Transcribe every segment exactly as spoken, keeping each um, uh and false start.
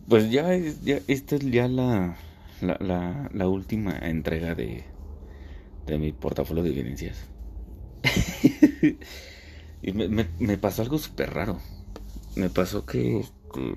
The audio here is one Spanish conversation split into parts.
Pues ya, es- ya esta es ya la, la, la, la última entrega de, de mi portafolio de evidencias. Y me, me, me pasó algo súper raro. Me pasó que este,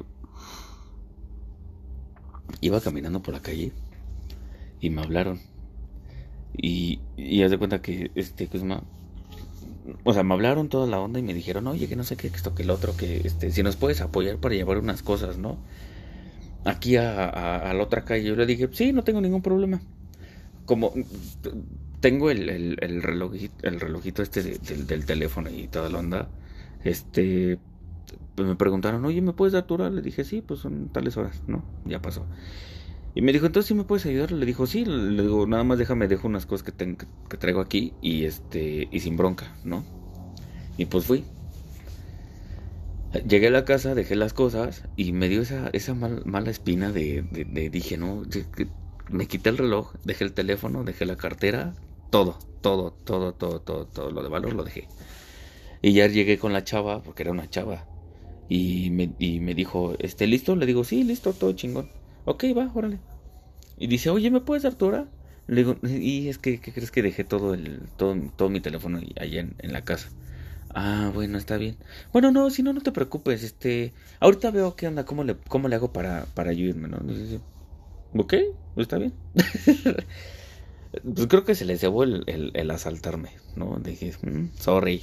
iba caminando por la calle y me hablaron. Y, y haz de cuenta que, este, que es ma- o sea, me hablaron toda la onda y me dijeron, oye, que no sé qué, que esto, que el otro, que este, si nos puedes apoyar para llevar unas cosas, ¿no? Aquí a, a, a la otra calle. Yo le dije, sí, no tengo ningún problema. Como tengo el, el, el relojito, el relojito este de- del, del teléfono y toda la onda, este, pues me preguntaron, oye, ¿me puedes dar tu hora? Le dije, sí, pues son tales horas, ¿no? Ya pasó. Y me dijo, entonces, ¿sí me puedes ayudar? Le dijo, sí. Le digo, nada más déjame, dejo unas cosas que, ten- que traigo aquí y este, y sin bronca, ¿no? Y pues fui. Llegué a la casa, dejé las cosas y me dio esa, esa mal- mala espina de, de- de- dije, no, de- que- me quité el reloj, dejé el teléfono, dejé la cartera, todo, todo, todo, todo, todo, todo lo de valor lo dejé. Y ya llegué con la chava, porque era una chava, y me, y me dijo, este, ¿listo? Le digo, sí, listo, todo chingón. Ok, va, órale. Y dice, oye, ¿me puedes dar tu hora? Le digo, y es que, ¿qué crees que dejé todo el, todo, todo mi teléfono allá en, en la casa? Ah, bueno, está bien. Bueno, no, si no, no te preocupes, este, ahorita veo qué onda, cómo le, cómo le hago para, para yo irme, ¿no? Dice, ok, está bien. Pues creo que se les llevó el, el, el asaltarme, ¿no? Dije, "Mm, sorry".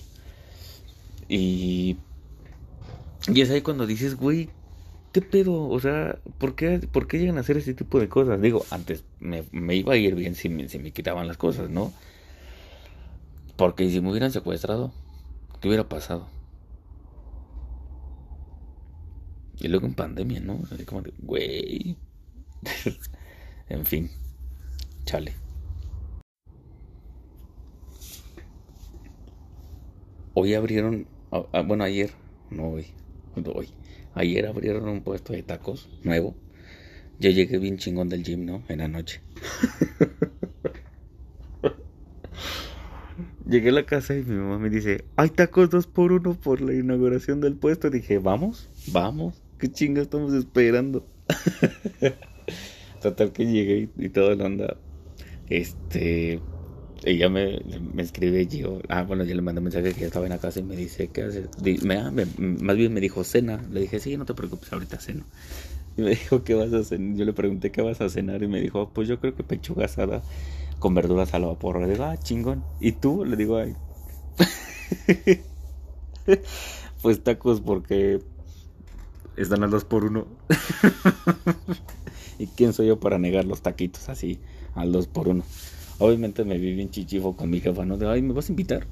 Y, y es ahí cuando dices, güey, ¿qué pedo? O sea, ¿por qué, por qué llegan a hacer ese tipo de cosas? Digo, antes me, me iba a ir bien si me, si me quitaban las cosas, ¿no? Porque si me hubieran secuestrado, ¿qué hubiera pasado? Y luego en pandemia, ¿no? Así como de, güey. En fin, chale. Hoy abrieron, ah, ah, bueno, ayer, no hoy, no hoy. Ayer abrieron un puesto de tacos nuevo. Yo llegué bien chingón del gym, ¿no? En la noche. Llegué a la casa y mi mamá me dice, hay tacos dos por uno por la inauguración del puesto. Dije, vamos, vamos, qué chinga estamos esperando. Total que llegué y, y toda la onda. Este, ella me, me escribe yo, ah, bueno, yo le mandé un mensaje que ya estaba en la casa y me dice, ¿qué haces? Di- Me, ah, me- más bien me dijo, cena. Le dije, sí, no te preocupes, ahorita ceno. Y me dijo, ¿qué vas a cenar? Yo le pregunté, ¿qué vas a cenar? Y me dijo, pues yo creo que pechuga asada con verduras a la vapor. Le digo, ah, chingón. ¿Y tú? Le digo, ay, pues tacos porque están al dos por uno. ¿Y quién soy yo para negar los taquitos así al dos por uno? Obviamente me vi bien chichifo con mi jefa, ¿no? De, ay, ¿me vas a invitar?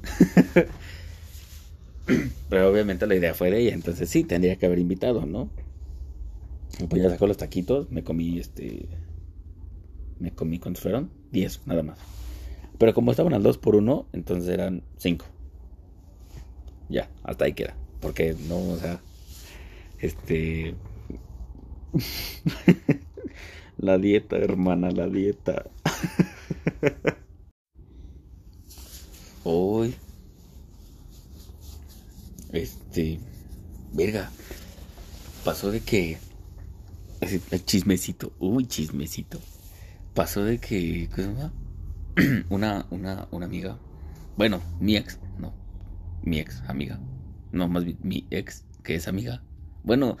Pero obviamente la idea fue de ella, entonces sí, tendría que haber invitado, ¿no? Y pues ya sacó los taquitos, me comí este. Me comí, ¿cuántos fueron? Diez, nada más. Pero como estaban al dos por uno, entonces eran cinco. Ya, hasta ahí queda. Porque no, o sea, este. La dieta, hermana, la dieta. Hoy, este. Verga, pasó de que. El chismecito, uy, chismecito. Pasó de que. ¿Qué se llama? Una, una, una amiga. Bueno, mi ex, no. Mi ex amiga. No, más bien mi ex, que es amiga. Bueno,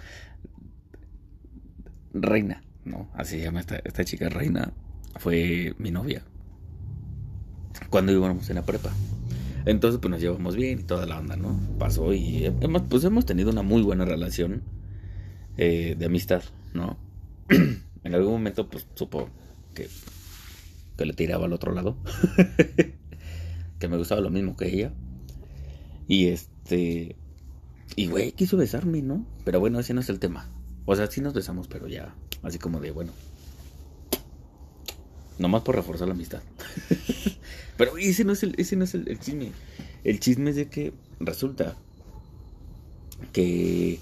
Reina, ¿no? Así se llama esta, esta chica Reina. Fue mi novia cuando íbamos en la prepa. Entonces, pues nos llevamos bien y toda la onda, ¿no? Pasó y hemos, pues hemos tenido una muy buena relación eh, de amistad, ¿no? En algún momento, pues supo que, que le tiraba al otro lado, que me gustaba lo mismo que ella. Y este. Y güey, quiso besarme, ¿no? Pero bueno, ese no es el tema. O sea, sí nos besamos, pero ya. Así como de, bueno. Nomás por reforzar la amistad. Pero ese no es el, ese no es el, el chisme. El chisme es de que resulta que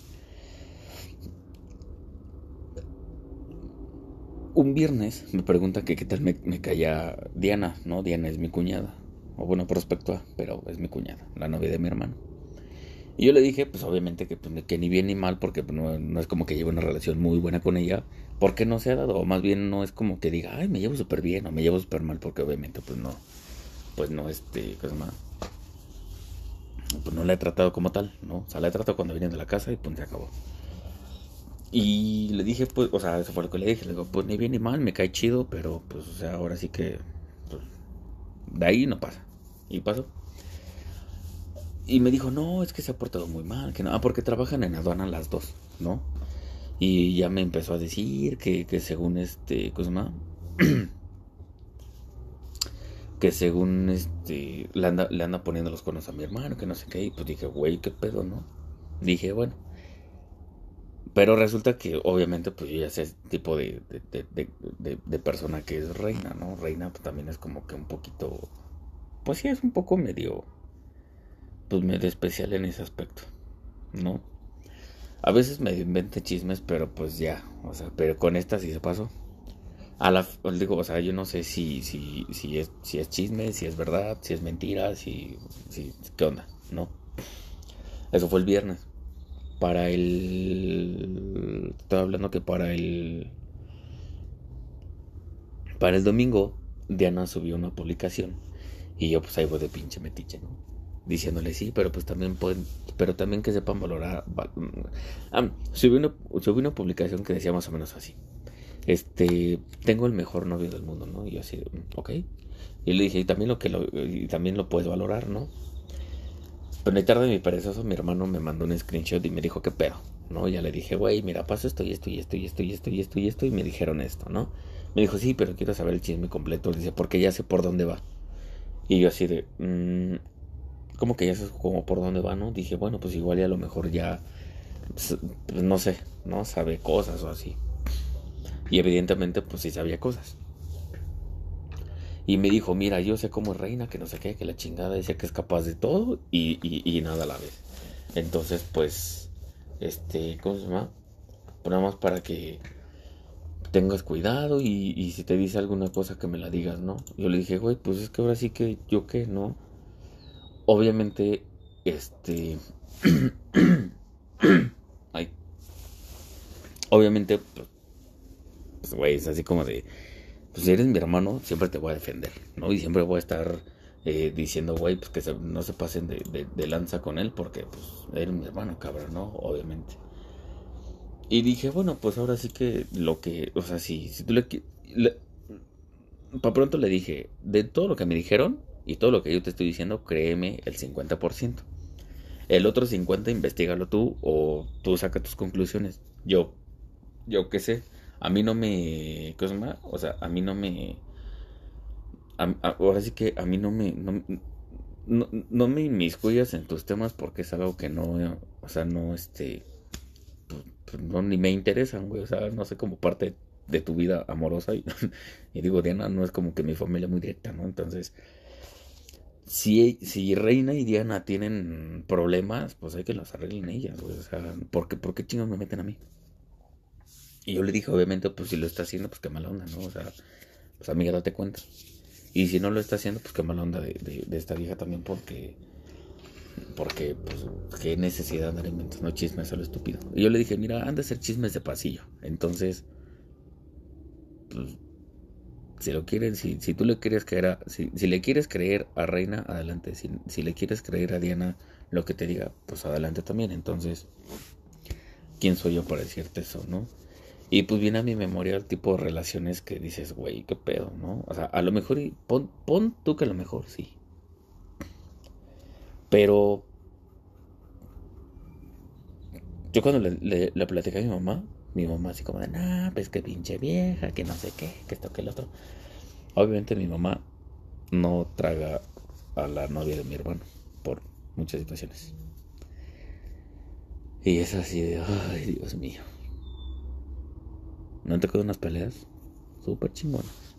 un viernes me pregunta que qué tal me, me caía Diana, ¿no? Diana es mi cuñada. O bueno, prospecto A, pero es mi cuñada, la novia de mi hermano. Y yo le dije, pues obviamente que, pues, que ni bien ni mal, porque pues, no, no es como que lleve una relación muy buena con ella, porque no se ha dado, o más bien no es como que diga, ay, me llevo súper bien o me llevo súper mal, porque obviamente pues no, pues no, este, ¿qué se llama? Pues no la he tratado como tal, ¿no? O sea, la he tratado cuando vienen de la casa y pues se acabó. Y le dije, pues, o sea, eso fue lo que le dije, le digo, pues ni bien ni mal, me cae chido, pero pues, o sea, ahora sí que, pues, de ahí no pasa. Y pasó. Y me dijo, no, es que se ha portado muy mal, que no, ah, porque trabajan en aduana las dos, ¿no? Y ya me empezó a decir que, que según este, ¿cómo se llama? Que según este, le anda, le anda poniendo los cuernos a mi hermano, que no sé qué, y pues dije, güey, qué pedo, ¿no? Dije, bueno. Pero resulta que obviamente pues yo ya sé ese tipo de, de, de, de, de, de persona que es reina, ¿no? Reina pues también es como que un poquito, pues sí es un poco medio, pues medio especial en ese aspecto, ¿no? A veces me inventa chismes, pero pues ya, o sea, pero con esta sí se pasó. A la, digo, o sea, yo no sé si, si, si es, si es chisme, si es verdad, si es mentira, si, si, qué onda, ¿no? Eso fue el viernes. Para el, estaba hablando que para el, para el domingo, Diana subió una publicación y yo pues ahí voy de pinche metiche, ¿no? Diciéndole sí, pero pues también pueden, pero también que sepan valorar. Val, ah, subí, una, subí una publicación que decía más o menos así. Este, tengo el mejor novio del mundo, ¿no? Y yo así, ok. Y le dije, y también lo que lo, y también lo puedes valorar, ¿no? Pero ni tarde ni perezoso, mi hermano me mandó un screenshot y me dijo, ¿qué pedo? ¿No? Ya le dije, güey, mira, pasa esto y esto y esto y esto y esto y esto y esto y me dijeron esto, ¿no? Me dijo, sí, pero quiero saber el chisme completo. Dice, porque ya sé por dónde va. Y yo así de, mmm, ¿cómo que ya sé como por dónde va, no? Dije, bueno, pues igual ya a lo mejor ya, pues, no sé, ¿no? Sabe cosas o así. Y evidentemente, pues sí sabía cosas. Y me dijo, mira, yo sé cómo es reina, que no sé qué, que la chingada decía que es capaz de todo y, y, y nada a la vez. Entonces, pues, este, ¿cómo se llama? Pues nada más para que tengas cuidado y, y si te dice alguna cosa que me la digas, ¿no? Yo le dije, güey, pues es que ahora sí que yo qué, ¿no? Obviamente, este... Ay, obviamente, pues, güey, es así como de... Pues si eres mi hermano, siempre te voy a defender, ¿no? Y siempre voy a estar eh, diciendo, güey, pues que se, no se pasen de, de, de lanza con él porque, pues, eres mi hermano, cabrón, ¿no? Obviamente. Y dije, bueno, pues ahora sí que lo que, o sea, si, si tú le, le para pronto le dije, de todo lo que me dijeron y todo lo que yo te estoy diciendo, créeme el cincuenta por ciento. El otro cincuenta, investigalo tú o tú saca tus conclusiones. Yo, yo qué sé, a mí no me, ¿qué se llama? O sea, a mí no me, a, a, ahora sí que a mí no me, no, no, no me inmiscuyas en tus temas porque es algo que no, o sea, no, este, pues, pues no, ni me interesan, güey, o sea, no sé, como parte de tu vida amorosa y, y digo, Diana no es como que mi familia muy directa, ¿no? Entonces, si, si Reina y Diana tienen problemas, pues hay que los arreglen ellas, güey, o sea, ¿por qué, por qué chingados me meten a mí? Y yo le dije, obviamente, pues si lo está haciendo, pues qué mala onda, ¿no? O sea, pues amiga, date cuenta. Y si no lo está haciendo, pues qué mala onda de, de, de esta vieja también, porque, porque, pues, qué necesidad de andar inventando chismes a lo estúpido. Y yo le dije, mira, anda a hacer chismes de pasillo. Entonces, pues, si lo quieren, si, si tú le quieres creer a, si, si le quieres creer a Reina, adelante. Si, si le quieres creer a Diana, lo que te diga, pues adelante también. Entonces, ¿quién soy yo para decirte eso, no? Y pues viene a mi memoria el tipo de relaciones que dices, güey, qué pedo, ¿no? O sea, a lo mejor, y pon, pon tú que a lo mejor sí. Pero yo cuando le, le, le platicé a mi mamá, mi mamá así como de, nah, pues que pinche vieja, que no sé qué, que esto, que lo otro. Obviamente mi mamá no traga a la novia de mi hermano por muchas situaciones. Y es así de, ay, Dios mío. ¿No te quedan unas peleas? Súper chingonas.